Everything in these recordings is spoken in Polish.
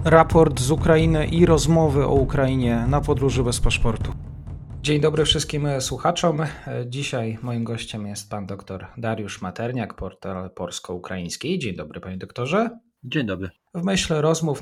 raport z Ukrainy i rozmowy o Ukrainie na podróży bez paszportu. Dzień dobry wszystkim słuchaczom. Dzisiaj moim gościem jest pan dr Dariusz Materniak, portal polsko-ukraiński. Dzień dobry, panie doktorze. Dzień dobry. W myśl rozmów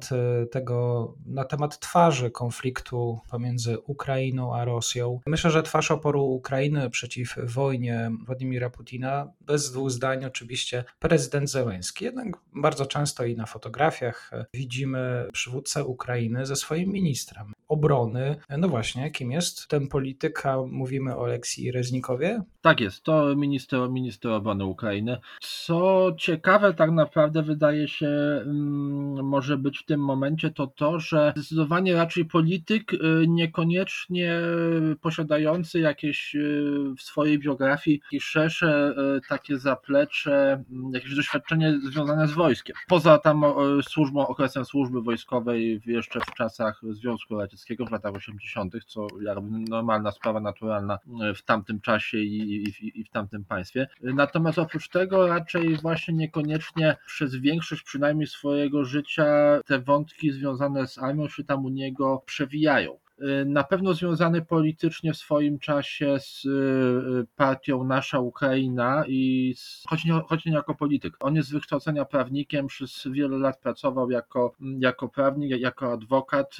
na temat twarzy konfliktu pomiędzy Ukrainą a Rosją, myślę, że twarz oporu Ukrainy przeciw wojnie Władimira Putina, bez dwóch zdań oczywiście prezydent Zełenski. Jednak bardzo często i na fotografiach widzimy przywódcę Ukrainy ze swoim ministrem obrony. No właśnie, kim jest ten polityk? Mówimy o Oleksii Reznikowie? Tak jest, to minister obrony Ukrainy. Co ciekawe, tak naprawdę wydaje się, może być w tym momencie to, że zdecydowanie raczej polityk, niekoniecznie posiadający jakieś w swojej biografii jakieś szersze takie zaplecze, jakieś doświadczenie związane z wojskiem. Poza tam okresem służby wojskowej jeszcze w czasach Związku Radzieckiego w latach 80., co jakby normalna sprawa, naturalna w tamtym czasie i w tamtym państwie. Natomiast oprócz tego raczej właśnie niekoniecznie przez większość przynajmniej swojego życia te wątki związane z armią się tam u niego przewijają. Na pewno związany politycznie w swoim czasie z partią Nasza Ukraina choć nie jako polityk. On jest z wykształcenia prawnikiem, przez wiele lat pracował jako prawnik, jako adwokat,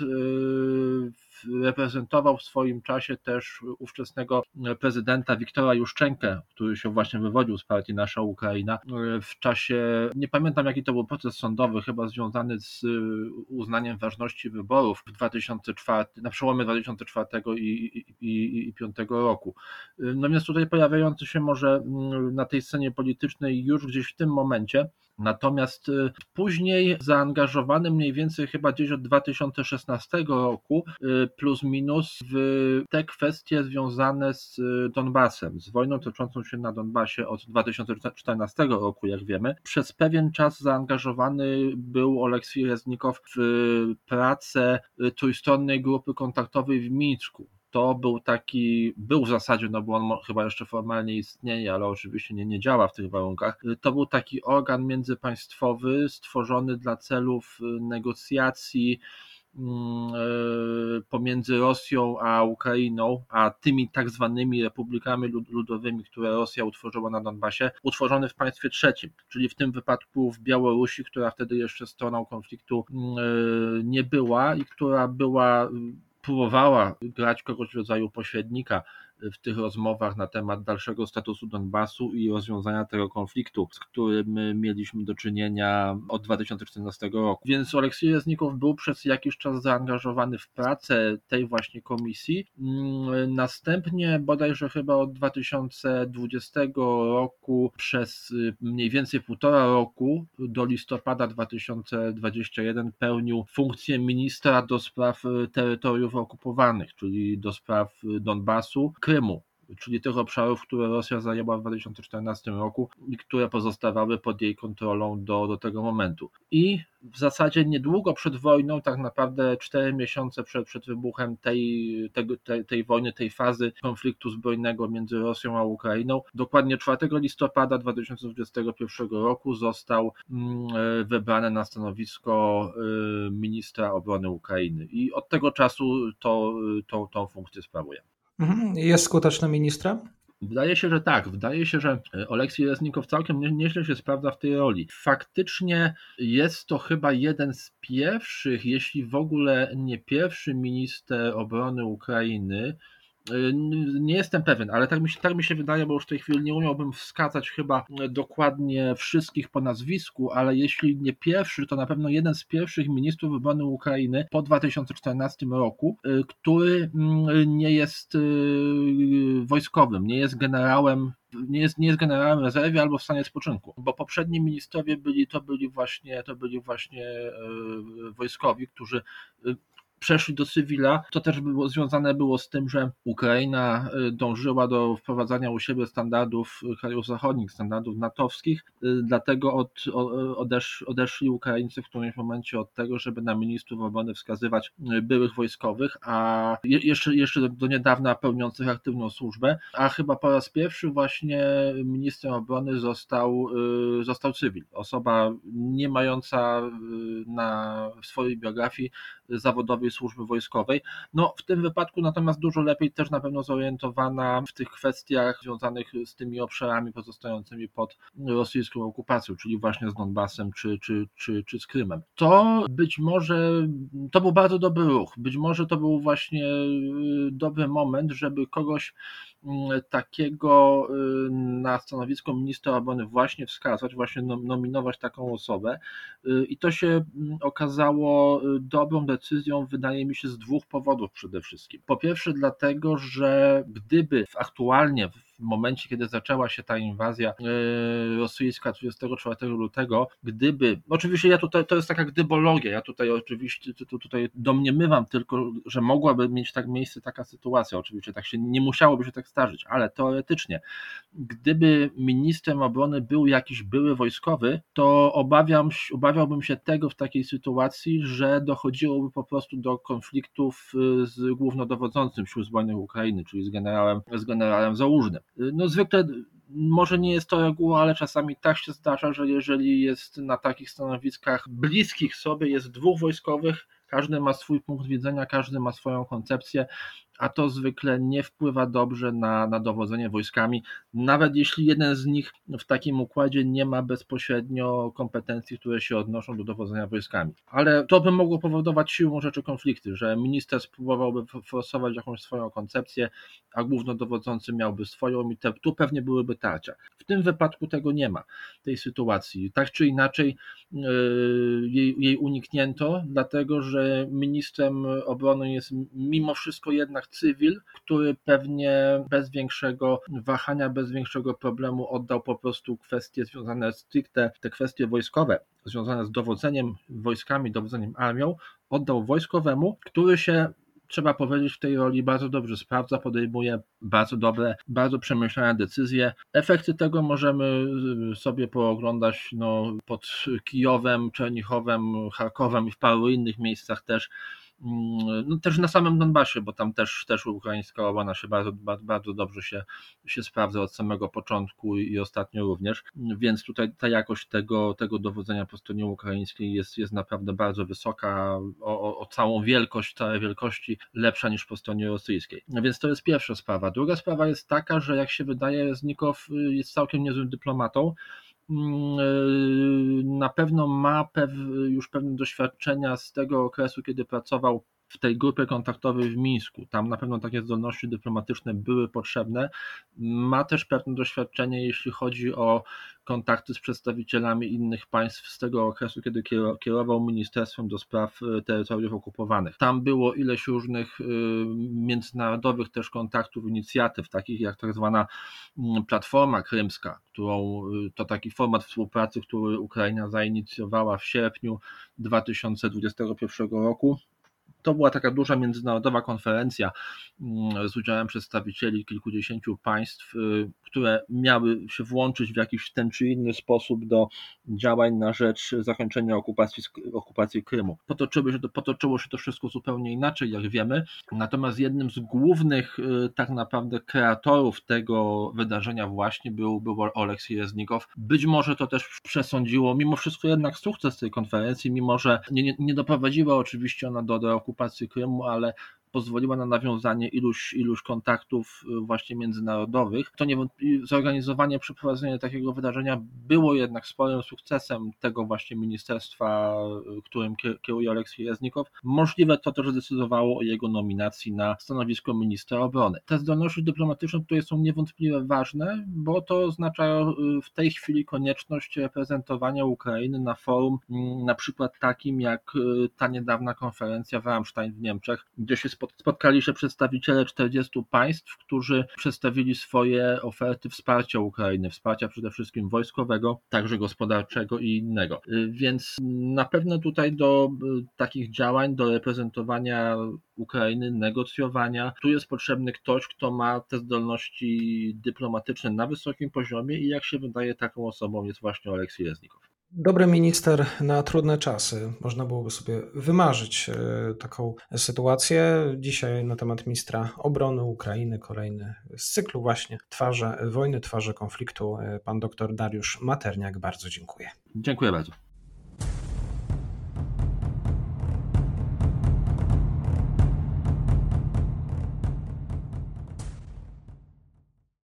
reprezentował w swoim czasie też ówczesnego prezydenta Wiktora Juszczenkę, który się właśnie wywodził z partii Nasza Ukraina w czasie, nie pamiętam jaki to był proces sądowy, chyba związany z uznaniem ważności wyborów w 2004, na przełomie 2004 i 2005 roku. No więc tutaj pojawiający się może na tej scenie politycznej już gdzieś w tym momencie, natomiast później zaangażowany mniej więcej chyba gdzieś od 2016 roku plus minus w te kwestie związane z Donbasem, z wojną toczącą się na Donbasie od 2014 roku, jak wiemy. Przez pewien czas zaangażowany był Oleksij Reznikow w pracę trójstronnej grupy kontaktowej w Mińsku. To był w zasadzie, no bo on chyba jeszcze formalnie istnieje, ale oczywiście nie działa w tych warunkach. To był taki organ międzypaństwowy stworzony dla celów negocjacji pomiędzy Rosją a Ukrainą, a tymi tak zwanymi republikami ludowymi, które Rosja utworzyła na Donbasie, utworzony w państwie trzecim, czyli w tym wypadku w Białorusi, która wtedy jeszcze stroną konfliktu nie była i która próbowała grać kogoś rodzaju pośrednika w tych rozmowach na temat dalszego statusu Donbasu i rozwiązania tego konfliktu, z którym mieliśmy do czynienia od 2014 roku. Więc Oleksij Reznikow był przez jakiś czas zaangażowany w pracę tej właśnie komisji. Następnie bodajże chyba od 2020 roku przez mniej więcej 1,5 roku do listopada 2021 pełnił funkcję ministra do spraw terytoriów okupowanych, czyli do spraw Donbasu, Krymu, czyli tych obszarów, które Rosja zajęła w 2014 roku i które pozostawały pod jej kontrolą do tego momentu. I w zasadzie niedługo przed wojną, tak naprawdę 4 miesiące przed wybuchem tej wojny, tej fazy konfliktu zbrojnego między Rosją a Ukrainą, dokładnie 4 listopada 2021 roku został wybrany na stanowisko ministra obrony Ukrainy i od tego czasu tą funkcję sprawuje. Jest skutecznym ministrem? Wydaje się, że tak. Wydaje się, że Oleksij Reznikow całkiem nieźle się sprawdza w tej roli. Faktycznie jest to chyba jeden z pierwszych, jeśli w ogóle nie pierwszy minister obrony Ukrainy. Nie jestem pewien, ale tak mi się wydaje, bo już w tej chwili nie umiałbym wskazać chyba dokładnie wszystkich po nazwisku, ale jeśli nie pierwszy, to na pewno jeden z pierwszych ministrów obrony Ukrainy po 2014 roku, który nie jest wojskowym, nie jest generałem. Nie jest generałem rezerwy albo w stanie spoczynku, bo poprzedni ministrowie byli właśnie wojskowi, którzy przeszli do cywila. To też związane było z tym, że Ukraina dążyła do wprowadzania u siebie standardów krajów zachodnich, standardów natowskich, dlatego odeszli Ukraińcy w którymś momencie od tego, żeby na ministrów obrony wskazywać byłych wojskowych, a jeszcze do niedawna pełniących aktywną służbę, a chyba po raz pierwszy właśnie ministrem obrony został cywil, osoba nie mająca w swojej biografii zawodowej służby wojskowej. No w tym wypadku natomiast dużo lepiej też na pewno zorientowana w tych kwestiach związanych z tymi obszarami pozostającymi pod rosyjską okupacją, czyli właśnie z Donbasem czy z Krymem. To być może to był bardzo dobry ruch, być może to był właśnie dobry moment, żeby kogoś takiego na stanowisko ministra obrony właśnie wskazać, właśnie nominować taką osobę i to się okazało dobrą decyzją, wydaje mi się, z dwóch powodów przede wszystkim. Po pierwsze dlatego, że gdyby aktualnie w momencie, kiedy zaczęła się ta inwazja rosyjska 24 lutego, oczywiście to jest taka gdybologia, ja tutaj oczywiście domniemywam tylko, że mogłaby mieć miejsce taka sytuacja, oczywiście tak się nie musiałoby się tak zdarzyć, ale teoretycznie, gdyby ministrem obrony był jakiś były wojskowy, to obawiałbym się tego w takiej sytuacji, że dochodziłoby po prostu do konfliktów z głównodowodzącym Sił Zbrojnych Ukrainy, czyli z generałem Załużnym. No zwykle może nie jest to reguła, ale czasami tak się zdarza, że jeżeli jest na takich stanowiskach bliskich sobie jest dwóch wojskowych, każdy ma swój punkt widzenia, każdy ma swoją koncepcję, a to zwykle nie wpływa dobrze na dowodzenie wojskami, nawet jeśli jeden z nich w takim układzie nie ma bezpośrednio kompetencji, które się odnoszą do dowodzenia wojskami. Ale to by mogło powodować siłą rzeczy konflikty, że minister spróbowałby forsować jakąś swoją koncepcję, a głównodowodzący miałby swoją i tu pewnie byłyby tarcia. W tym wypadku tego nie ma, tej sytuacji. Tak czy inaczej jej uniknięto, dlatego że ministrem obrony jest mimo wszystko jednak cywil, który pewnie bez większego wahania, bez większego problemu oddał po prostu kwestie związane stricte, te kwestie wojskowe, związane z dowodzeniem wojskami, dowodzeniem armią, oddał wojskowemu, który się, trzeba powiedzieć, w tej roli bardzo dobrze sprawdza, podejmuje bardzo dobre, bardzo przemyślane decyzje. Efekty tego możemy sobie pooglądać pod Kijowem, Czernichowem, Charkowem i w paru innych miejscach też. Też na samym Donbasie, bo tam też ukraińska obrona się bardzo dobrze się sprawdza od samego początku i ostatnio również, więc tutaj ta jakość tego dowodzenia po stronie ukraińskiej jest naprawdę bardzo wysoka, o całej wielkości lepsza niż po stronie rosyjskiej. Więc to jest pierwsza sprawa. Druga sprawa jest taka, że jak się wydaje, Reznikow jest całkiem niezłym dyplomatą. Na pewno ma już pewne doświadczenia z tego okresu, kiedy pracował w tej grupie kontaktowej w Mińsku. Tam na pewno takie zdolności dyplomatyczne były potrzebne. Ma też pewne doświadczenie, jeśli chodzi o kontakty z przedstawicielami innych państw z tego okresu, kiedy kierował Ministerstwem do Spraw Terytoriów Okupowanych. Tam było ileś różnych międzynarodowych też kontaktów, inicjatyw, takich jak tak zwana Platforma Krymska, to taki format współpracy, który Ukraina zainicjowała w sierpniu 2021 roku. To była taka duża międzynarodowa konferencja z udziałem przedstawicieli kilkudziesięciu państw, które miały się włączyć w jakiś ten czy inny sposób do działań na rzecz zakończenia okupacji Krymu. Potoczyło się to wszystko zupełnie inaczej, jak wiemy, natomiast jednym z głównych tak naprawdę kreatorów tego wydarzenia właśnie był Oleksij Reznikow. Być może to też przesądziło mimo wszystko jednak sukces tej konferencji, mimo że nie doprowadziła oczywiście ona do okupacji Krymu, ale pozwoliła na nawiązanie iluś kontaktów właśnie międzynarodowych. To niewątpliwie zorganizowanie, przeprowadzenie takiego wydarzenia było jednak sporym sukcesem tego właśnie ministerstwa, którym kieruje Oleksij Reznikow. Możliwe to też decydowało o jego nominacji na stanowisko ministra obrony. Te zdolności dyplomatyczne tutaj są niewątpliwie ważne, bo to oznacza w tej chwili konieczność reprezentowania Ukrainy na forum na przykład takim jak ta niedawna konferencja w Ramstein w Niemczech, gdzie się spotkali się przedstawiciele 40 państw, którzy przedstawili swoje oferty wsparcia Ukrainy, wsparcia przede wszystkim wojskowego, także gospodarczego i innego. Więc na pewno tutaj do takich działań, do reprezentowania Ukrainy, negocjowania, tu jest potrzebny ktoś, kto ma te zdolności dyplomatyczne na wysokim poziomie i jak się wydaje, taką osobą jest właśnie Oleksij Reznikow. Dobry minister na trudne czasy. Można byłoby sobie wymarzyć taką sytuację. Dzisiaj na temat ministra obrony Ukrainy, kolejny z cyklu właśnie Twarze wojny, twarze konfliktu. Pan dr Dariusz Materniak, bardzo dziękuję. Dziękuję bardzo.